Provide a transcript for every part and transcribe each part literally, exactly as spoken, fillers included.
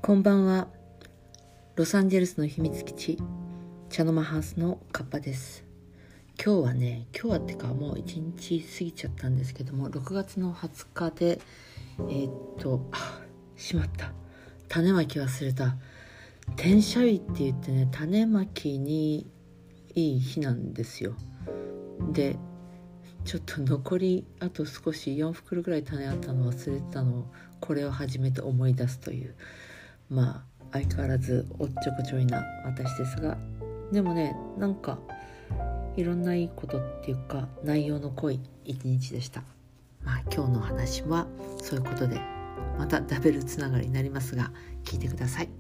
こんばんは。ロサンゼルスの秘密基地茶の間ハウスのカッパです。今日はね今日はってかもう一日過ぎちゃったんですけども、ろくがつのはつかでえー、っとあしまった種まき忘れた。天赦日って言ってね、種まきにいい日なんですよ。でちょっと残りあと少しよん袋ぐらい種あったの忘れてたのを、これを初めて思い出すという、まあ相変わらずおっちょこちょいな私ですが、でもねなんかいろんないいことっていうか内容の濃い一日でした。まあ今日の話はそういうことで、またダブルつながりになりますが聞いてください。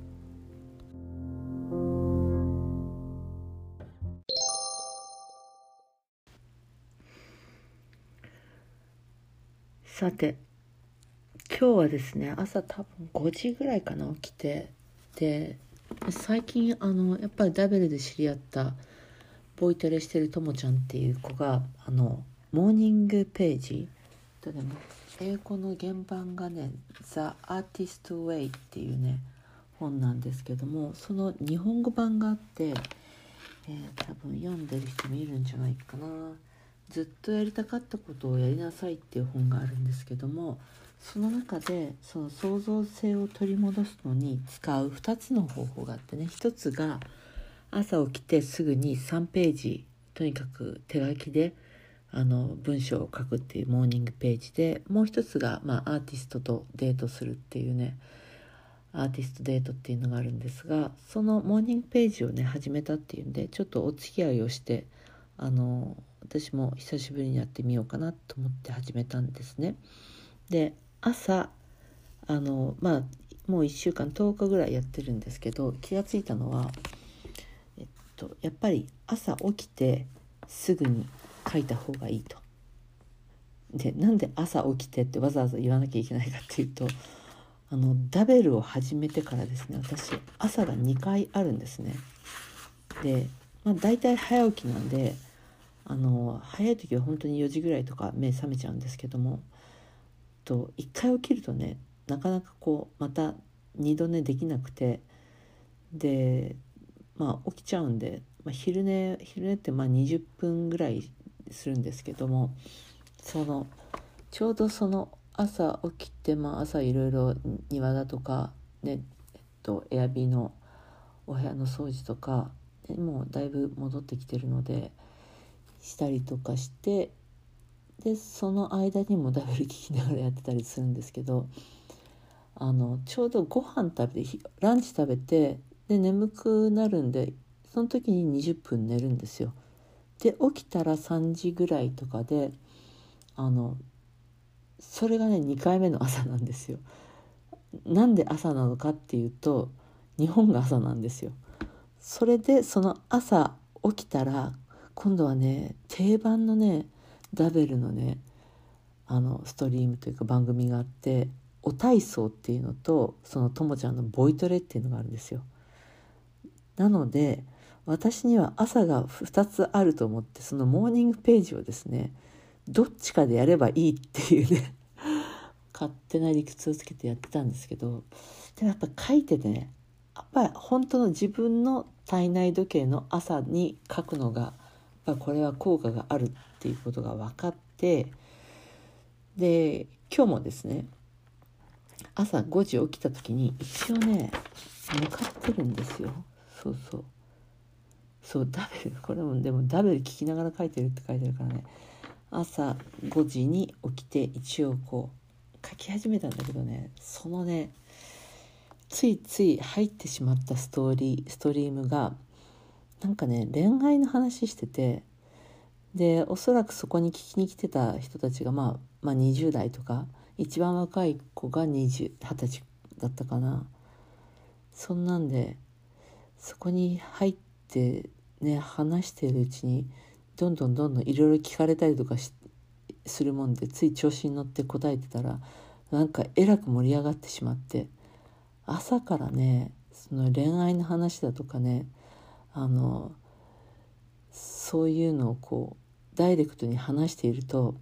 さて今日はですね、朝多分ごじぐらいかな起きて、で最近あのやっぱりダベルで知り合ったボイトレしてるともちゃんっていう子があのモーニングページとでも英語の原版がね The Artist Way っていうね本なんですけども、その日本語版があって、えー、多分読んでる人もいるんじゃないかな。ずっとやりたかったことをやりなさいっていう本があるんですけども、その中でその創造性を取り戻すのに使うふたつの方法があってね、ひとつが朝起きてすぐにさんページとにかく手書きであの文章を書くっていうモーニングページで、もう一つが、まあ、アーティストとデートするっていうねアーティストデートっていうのがあるんですが、そのモーニングページをね始めたっていうんで、ちょっとお付き合いをしてあの私も久しぶりにやってみようかなと思って始めたんですね。で朝あのまあもういっしゅうかんとおかぐらいやってるんですけど、気がついたのは、えっと、やっぱり朝起きてすぐに書いた方がいいと。でなんで朝起きてってわざわざ言わなきゃいけないかっていうと、あのダベルを始めてからですね、私朝がにかいあるんですね。で、まあ、大体早起きなんで、あの早い時は本当によじぐらいとか目覚めちゃうんですけども、といっかい起きるとねなかなかこうまたにど寝できなくて、でまあ起きちゃうんで、まあ、昼寝昼寝ってまあにじゅっぷんぐらいするんですけども、そのちょうどその朝起きて、まあ朝いろいろ庭だとかね、えっとエアビーのお部屋の掃除とか、ね、もうだいぶ戻ってきてるのでしたりとかして、でその間にもダブル聞きながらやってたりするんですけど、あのちょうどご飯食べてランチ食べて、で眠くなるんでその時ににじゅっぷん寝るんですよ。で起きたらさんじぐらいとかで、あのそれがねにかいめの朝なんですよ。なんで朝なのかっていうと、日本が朝なんですよ。それでその朝起きたら今度はね定番のねダベルのねあのストリームというか番組があって、お体操っていうのとそのともちゃんのボイトレっていうのがあるんですよ。なので私には朝がふたつあると思って、そのモーニングページをですねどっちかでやればいいっていうね勝手な理屈をつけてやってたんですけど、でもやっぱ書いててね、やっぱり本当の自分の体内時計の朝に書くのがやっぱこれは効果があるっていうことが分かって、で今日もですね朝ごじ起きた時に一応ね向かってるんですよ。そうそうそうダベル、これもでもダベル聞きながら書いてるって書いてあるからね、朝ごじに起きて一応こう書き始めたんだけどね、そのねついつい入ってしまったストーリーストリームがなんかね恋愛の話してて、でおそらくそこに聞きに来てた人たちが、まあ、まあにじゅう代とか、一番若い子がにじゅう、はたちだったかな。そんなんでそこに入ってね話しているうちにどんどんどんどんいろいろ聞かれたりとかしするもんで、つい調子に乗って答えてたらなんかえらく盛り上がってしまって、朝からねその恋愛の話だとかね、あのそういうのをこうダイレクトに話していると、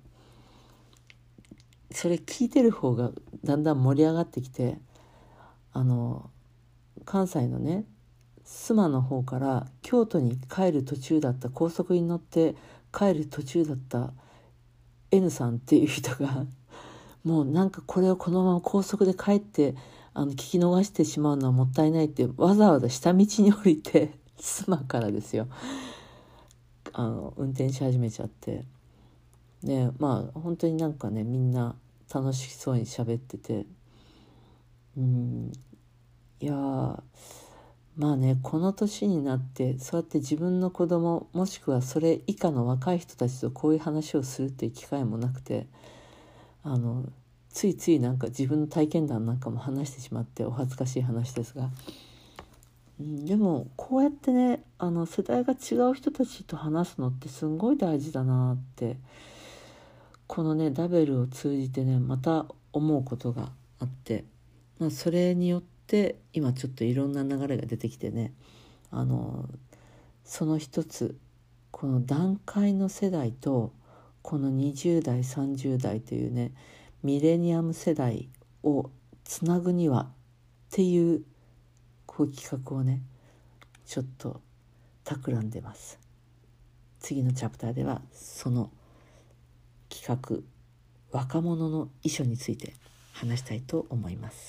それ聞いてる方がだんだん盛り上がってきて、あの関西のね須磨の方から京都に帰る途中だった、高速に乗って帰る途中だった N さんっていう人がもうなんかこれをこのまま高速で帰ってあの聞き逃してしまうのはもったいないってわざわざ下道に降りて須磨からですよ、あの運転し始めちゃって、でまあ本当になんかねみんな楽しそうに喋ってて、うんいやーまあねこの年になってそうやって自分の子供もしくはそれ以下の若い人たちとこういう話をするっていう機会もなくて、あのついついなんか自分の体験談なんかも話してしまってお恥ずかしい話ですが、うん、でもこうやってねあの世代が違う人たちと話すのってすんごい大事だなってこのねダベルを通じてねまた思うことがあって、まあ、それによって今ちょっといろんな流れが出てきてね、あのその一つこの団塊の世代とこのにじゅう代さんじゅう代というねミレニアム世代をつなぐにはっていうこう企画をねちょっと企んでます。次のチャプターではその企画若者の遺書について話したいと思います。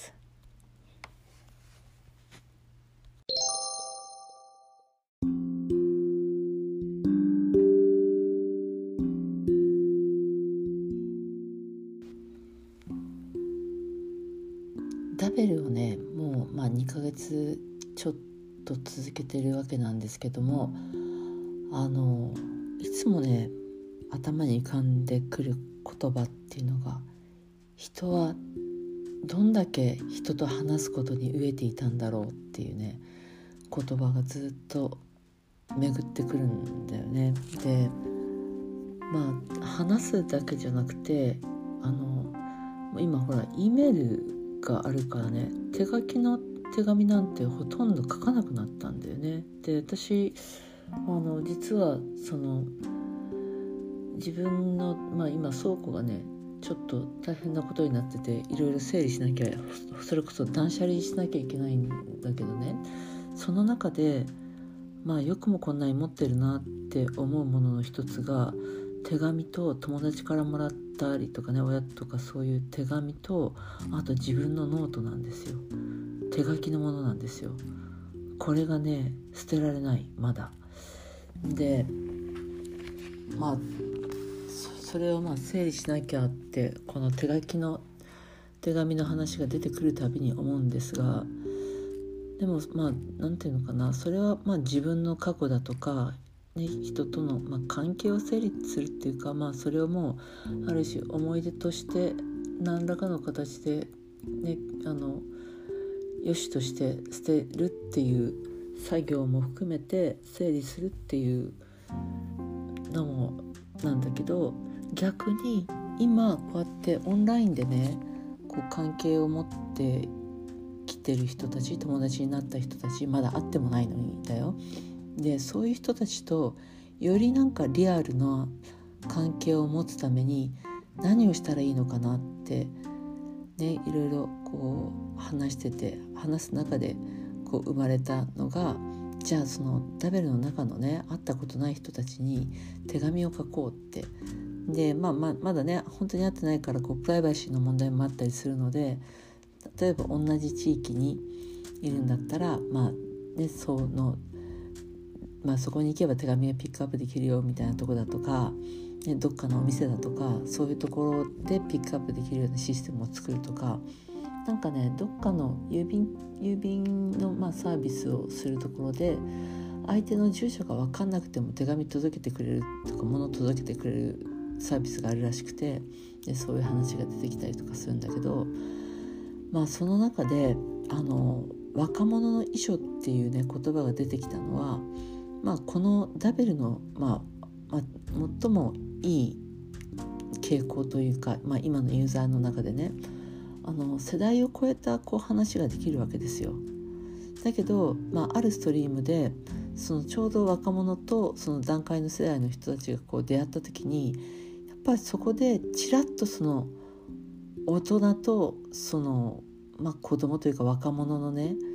ダベルをねもうまあにかげつちょっと続けてるわけなんですけども、あのいつもね頭に浮かんでくる言葉っていうのが、人はどんだけ人と話すことに飢えていたんだろうっていうね言葉がずっと巡ってくるんだよね。でまあ話すだけじゃなくてあの今ほら E メールがあるからね手書きの手紙なんてほとんど書かなくなったんだよね。で私あの実はその自分の、まあ、今倉庫がねちょっと大変なことになってていろいろ整理しなきゃ、それこそ断捨離しなきゃいけないんだけどね、その中でまあよくもこんなに持ってるなって思うものの一つが手紙と友達からもらったりとかね親とかそういう手紙とあと自分のノートなんですよ。手書きのものなんですよ。これがね捨てられないまだで、まあそれをまあ整理しなきゃってこの手書きの手紙の話が出てくるたびに思うんですが、でもまあなんていうのかな、それはまあ自分の過去だとか、ね、人とのまあ関係を整理するっていうか、まあそれをもうある種思い出として何らかの形でねあの良しとして捨てるっていう作業も含めて整理するっていうのもなんだけど、逆に今こうやってオンラインでねこう関係を持ってきてる人たち、友達になった人たち、まだ会ってもないのにだよ。でそういう人たちとよりなんかリアルな関係を持つために何をしたらいいのかなってね、いろいろこう話してて話す中でこう生まれたのが、じゃあそのダベルの中のね会ったことない人たちに手紙を書こうって。で、まあ、ままだね本当に会ってないからこうプライバシーの問題もあったりするので、例えば同じ地域にいるんだったらまあねその、まあ、そこに行けば手紙がピックアップできるよみたいなとこだとか、ね、どっかのお店だとかそういうところでピックアップできるようなシステムを作るとか、なんかねどっかの郵便郵便のまあサービスをするところで相手の住所が分かんなくても手紙届けてくれるとか物届けてくれるサービスがあるらしくて、でそういう話が出てきたりとかするんだけど、まあその中であの若者の遺書っていうね言葉が出てきたのは、まあ、このダベルの、まあまあ、最もいい傾向というか、まあ、今のユーザーの中でねあの世代を超えたこう話ができるわけですよ。だけど、まあ、あるストリームでそのちょうど若者とその団塊の世代の人たちがこう出会った時にやっぱりそこでちらっとその大人とその、まあ、子供というか若者のね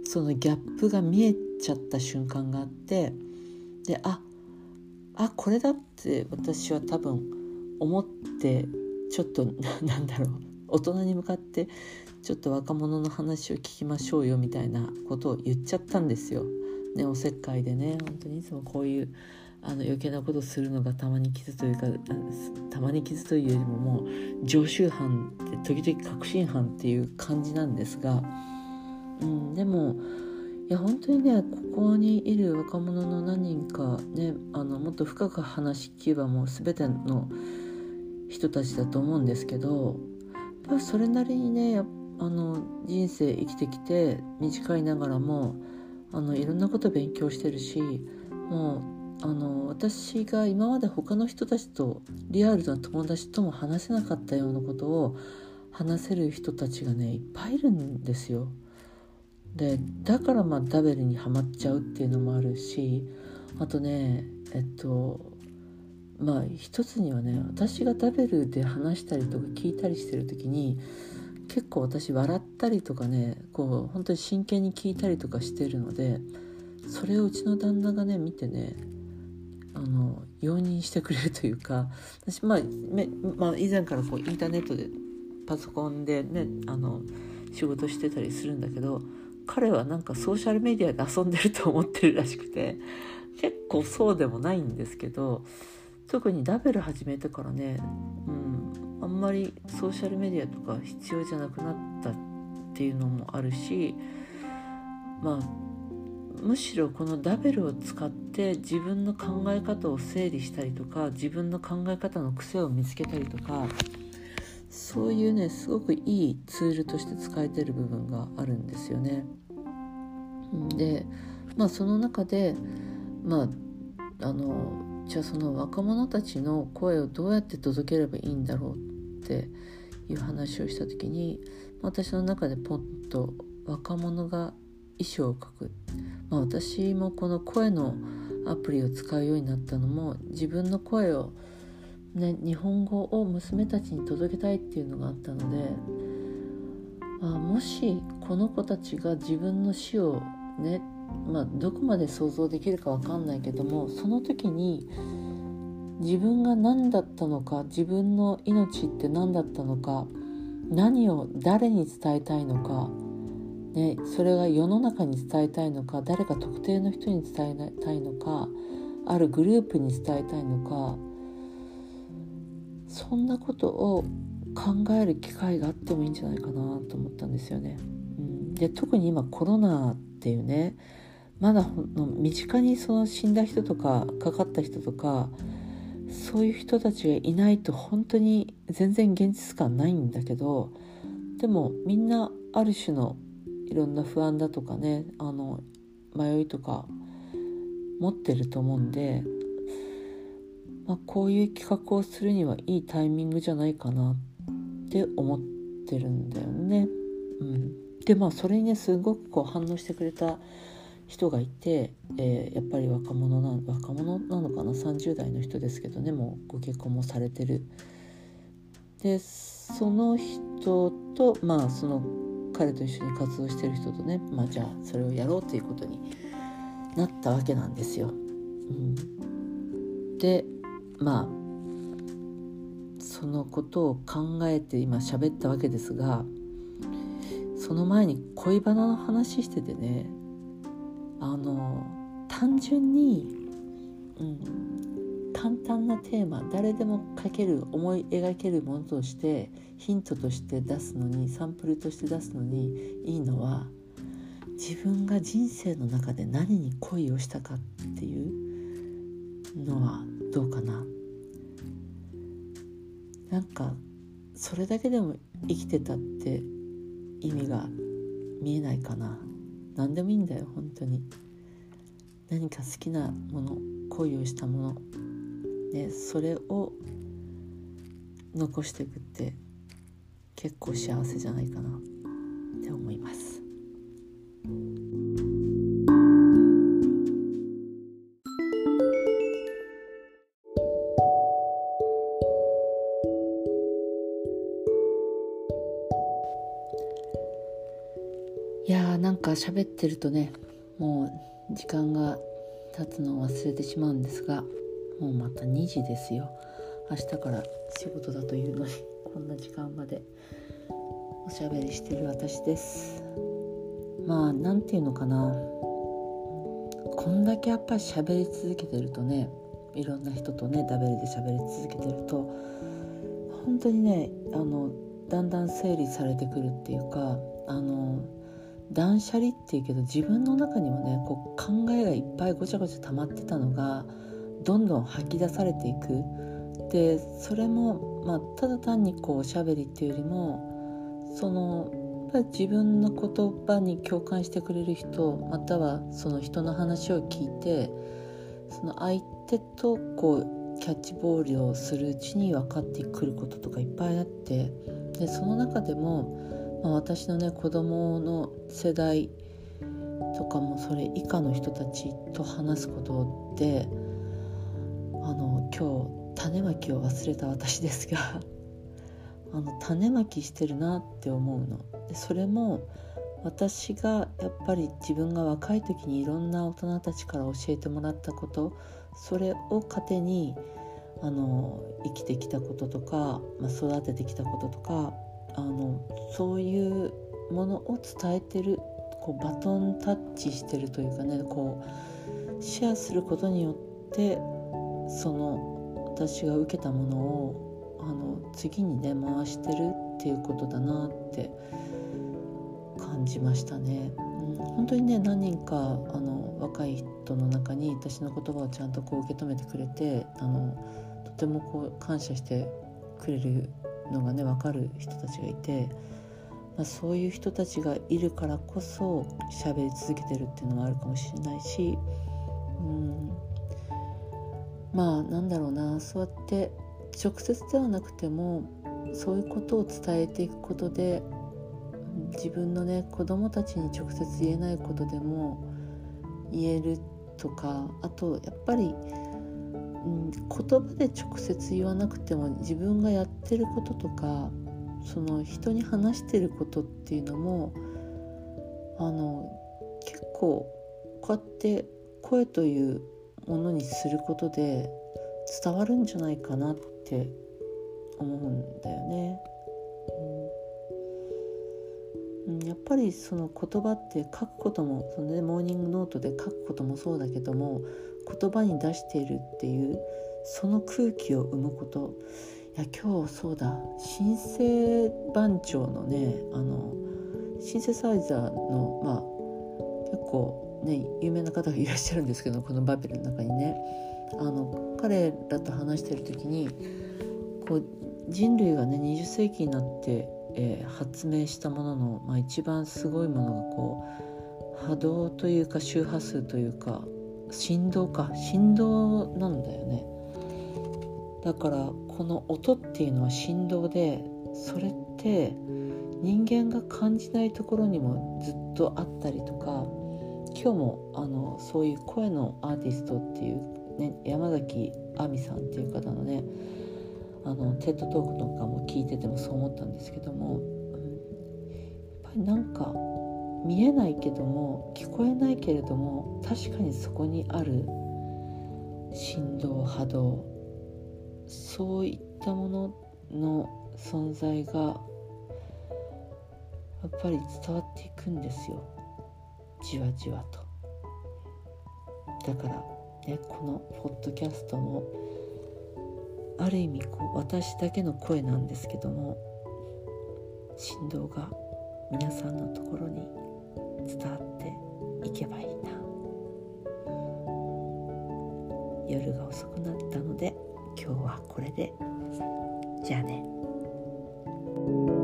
そのギャップが見えちゃった瞬間があって、でああこれだって私は多分思って、ちょっとなんだろう、大人に向かってちょっと若者の話を聞きましょうよみたいなことを言っちゃったんですよ、ね、おせっかいでね。本当にいつもこういうあの余計なことするのがたまに傷というか、たまに傷というよりももう常習犯で時々確信犯っていう感じなんですが、うん、でもいや本当にね、ここにいる若者の何人かね、あのもっと深く話聞けばもう全ての人たちだと思うんですけど、やっぱそれなりにね、あの人生生きてきて短いながらもあのいろんなこと勉強してるし、もうあの私が今まで他の人たちとリアルな友達とも話せなかったようなことを話せる人たちがねいっぱいいるんですよ。でだからまあダベルにハマっちゃうっていうのもあるし、あとねえっとまあ一つにはね、私がダベルで話したりとか聞いたりしてる時に結構私笑ったりとかね、こう本当に真剣に聞いたりとかしてるので、それをうちの旦那がね見てね、あの容認してくれるというか、私まあ、めまあ、以前からこうインターネットでパソコンでねあの仕事してたりするんだけど、彼はなんかソーシャルメディアで遊んでると思ってるらしくて、結構そうでもないんですけど、特にダベル始めてからね、うん、あんまりソーシャルメディアとか必要じゃなくなったっていうのもあるし、まあむしろこのダベルを使って自分の考え方を整理したりとか、自分の考え方の癖を見つけたりとか、そういうねすごくいいツールとして使えてる部分があるんですよね。でまあその中でまああのじゃあその若者たちの声をどうやって届ければいいんだろうっていう話をした時に、私の中でポンと若者が遺書を書く、まあ、私もこの声のアプリを使うようになったのも自分の声をね、日本語を娘たちに届けたいっていうのがあったので、あもしこの子たちが自分の死をね、まあ、どこまで想像できるか分かんないけども、その時に自分が何だったのか、自分の命って何だったのか、何を誰に伝えたいのか、ね、それが世の中に伝えたいのか、誰か特定の人に伝えたいのか、あるグループに伝えたいのか、そんなことを考える機会があってもいいんじゃないかなと思ったんですよね。うん、で特に今コロナっていうね、まだ身近にその死んだ人とかかかった人とかそういう人たちがいないと本当に全然現実感ないんだけど、でもみんなある種のいろんな不安だとかね、あの迷いとか持ってると思うんで、まあ、こういう企画をするにはいいタイミングじゃないかなって思ってるんだよね。うん、でまあそれにねすごくこう反応してくれた人がいて、えー、やっぱり若者な若者なのかな、さんじゅう代の人ですけどね、もうご結婚もされてる。でその人とまあその彼と一緒に活動してる人とね、まあじゃあそれをやろうということになったわけなんですよ。うん、でまあそのことを考えて今喋ったわけですが、その前に恋バナの話しててね、あの単純に、うん、簡単なテーマ、誰でも書ける思い描けるものとしてヒントとして出すのに、サンプルとして出すのにいいのは、自分が人生の中で何に恋をしたかっていうのはどうかな。なんかそれだけでも生きてたって意味が見えないかな。何でもいいんだよ本当に。何か好きなもの、恋をしたもの、ね、それを残していくって結構幸せじゃないかなって思います。 いやーなんか喋ってるとね、もう時間が経つのを忘れてしまうんですが、もうまたにじですよ。明日から仕事だというのにこんな時間までおしゃべりしてる私です。まあなんていうのかな、こんだけやっぱり喋り続けてるとね、いろんな人とねダベルで喋り続けてると本当にね、あのだんだん整理されてくるっていうか、あの断捨離っていうけど、自分の中にはねこう考えがいっぱいごちゃごちゃ溜まってたのがどんどん吐き出されていく。でそれも、まあ、ただ単にこうおしゃべりっていうよりも、そのやっぱり自分の言葉に共感してくれる人、またはその人の話を聞いて、その相手とこうキャッチボールをするうちに分かってくることとかいっぱいあって、でその中でも、まあ、私のね子供の世代とかもそれ以下の人たちと話すことで、あの今日種まきを忘れた私ですがあの種まきしてるなって思うので、それも私がやっぱり自分が若い時にいろんな大人たちから教えてもらったこと、それを糧にあの生きてきたこととか、まあ、育ててきたこととか、あのそういうものを伝えてる、こうバトンタッチしてるというかね、こうシェアすることによってその私が受けたものをあの次にね回してるっていうことだなって感じましたね。うん、本当にね何人かあの若い人の中に私の言葉をちゃんとこう受け止めてくれて、あのとてもこう感謝してくれるのがね分かる人たちがいて、まあ、そういう人たちがいるからこそ喋り続けてるっていうのもあるかもしれないし、うん、まあなんだろうな、そうやって直接ではなくてもそういうことを伝えていくことで、自分のね子供たちに直接言えないことでも言えるとか、あとやっぱり、うん、言葉で直接言わなくても自分がやってることとか、その人に話してることっていうのもあの結構こうやって声というものにすることで伝わるんじゃないかなって思うんだよね。うん、やっぱりその言葉って書くことも、その、ね、モーニングノートで書くこともそうだけども、言葉に出しているっていうその空気を生むこと。いや今日そうだ、シンセ番長のね、あのシンセサイザーのまあ結構ね有名な方がいらっしゃるんですけど、このバベルの中にね、あの彼らと話している時にこう人類がねにじゅっ世紀になって、えー、発明したものの、まあ、一番すごいものがこう波動というか周波数というか振動か振動なんだよね。だからこの音っていうのは振動で、それって人間が感じないところにもずっとあったりとか、今日もあのそういう声のアーティストっていうね、山崎亜美さんっていう方のね、あのテッドトークとかも聞いててもそう思ったんですけども、うん、やっぱりなんか見えないけども聞こえないけれども確かにそこにある振動波動、そういったものの存在がやっぱり伝わっていくんですよ、じわじわと。だからね、このポッドキャストもある意味こう私だけの声なんですけども、振動が皆さんのところに伝わっていけばいいな。夜が遅くなったので今日はこれで。じゃあね。